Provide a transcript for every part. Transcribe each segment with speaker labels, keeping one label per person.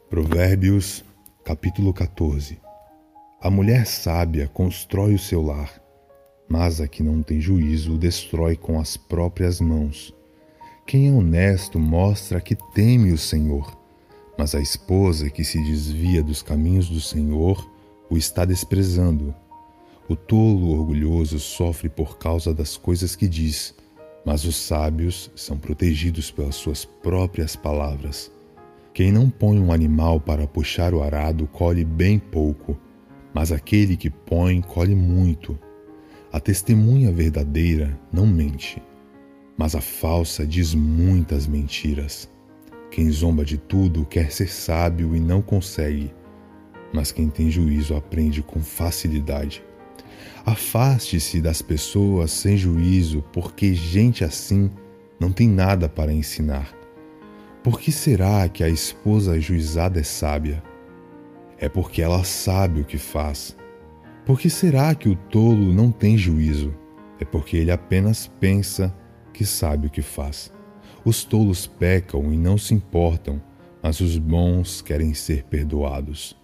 Speaker 1: Provérbios, capítulo 14. A mulher sábia constrói o seu lar, mas a que não tem juízo o destrói com as próprias mãos. Quem é honesto mostra que teme o Senhor, mas a esposa que se desvia dos caminhos do Senhor o está desprezando. O tolo orgulhoso sofre por causa das coisas que diz, mas os sábios são protegidos pelas suas próprias palavras. Quem não põe um animal para puxar o arado colhe bem pouco, mas aquele que põe colhe muito. A testemunha verdadeira não mente, mas a falsa diz muitas mentiras. Quem zomba de tudo quer ser sábio e não consegue, mas quem tem juízo aprende com facilidade. Afaste-se das pessoas sem juízo, porque gente assim não tem nada para ensinar. Por que será que a esposa ajuizada é sábia? É porque ela sabe o que faz. Por que será que o tolo não tem juízo? É porque ele apenas pensa que sabe o que faz. Os tolos pecam e não se importam, mas os bons querem ser perdoados.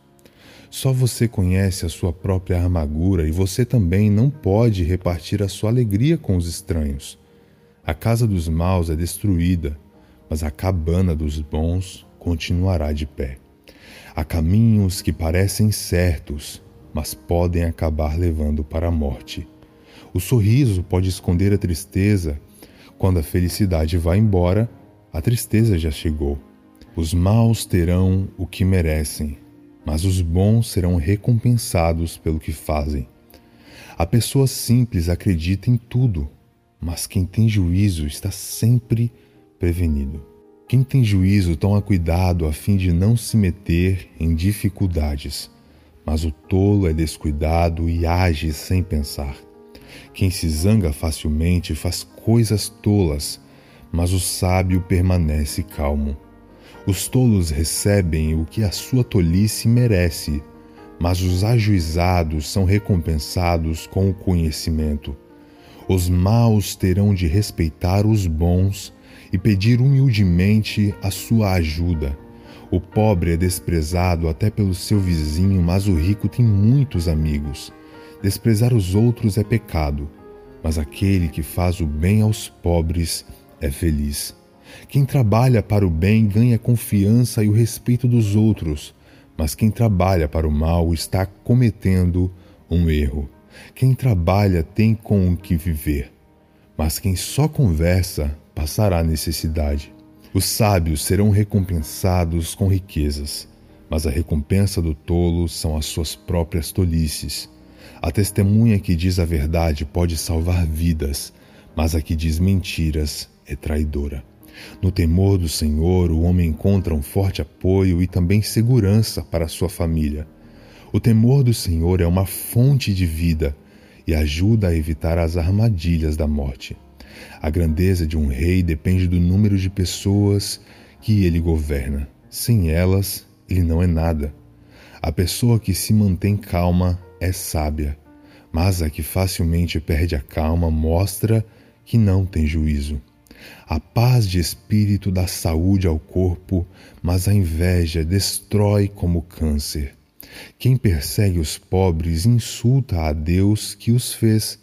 Speaker 1: Só você conhece a sua própria amargura e você também não pode repartir a sua alegria com os estranhos. A casa dos maus é destruída, mas a cabana dos bons continuará de pé. Há caminhos que parecem certos, mas podem acabar levando para a morte. O sorriso pode esconder a tristeza. Quando a felicidade vai embora, a tristeza já chegou. Os maus terão o que merecem, mas os bons serão recompensados pelo que fazem. A pessoa simples acredita em tudo, mas quem tem juízo está sempre prevenido. Quem tem juízo toma cuidado a fim de não se meter em dificuldades, mas o tolo é descuidado e age sem pensar. Quem se zanga facilmente faz coisas tolas, mas o sábio permanece calmo. Os tolos recebem o que a sua tolice merece, mas os ajuizados são recompensados com o conhecimento. Os maus terão de respeitar os bons e pedir humildemente a sua ajuda. O pobre é desprezado até pelo seu vizinho, mas o rico tem muitos amigos. Desprezar os outros é pecado, mas aquele que faz o bem aos pobres é feliz. Quem trabalha para o bem ganha a confiança e o respeito dos outros, mas quem trabalha para o mal está cometendo um erro. Quem trabalha tem com o que viver, mas quem só conversa passará necessidade. Os sábios serão recompensados com riquezas, mas a recompensa do tolo são as suas próprias tolices. A testemunha que diz a verdade pode salvar vidas, mas a que diz mentiras é traidora. No temor do Senhor, o homem encontra um forte apoio e também segurança para sua família. O temor do Senhor é uma fonte de vida e ajuda a evitar as armadilhas da morte. A grandeza de um rei depende do número de pessoas que ele governa. Sem elas, ele não é nada. A pessoa que se mantém calma é sábia, mas a que facilmente perde a calma mostra que não tem juízo. A paz de espírito dá saúde ao corpo, mas a inveja destrói como câncer. Quem persegue os pobres insulta a Deus que os fez,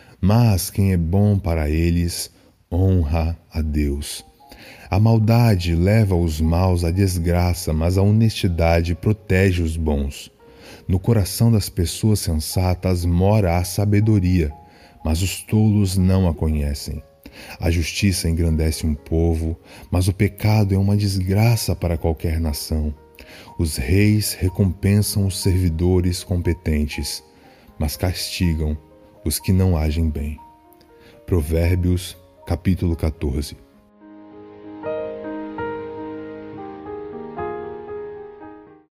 Speaker 1: mas quem é bom para eles honra a Deus. A maldade leva os maus à desgraça, mas a honestidade protege os bons. No coração das pessoas sensatas mora a sabedoria, mas os tolos não a conhecem. A justiça engrandece um povo, mas o pecado é uma desgraça para qualquer nação. Os reis recompensam os servidores competentes, mas castigam os que não agem bem. Provérbios, capítulo 14.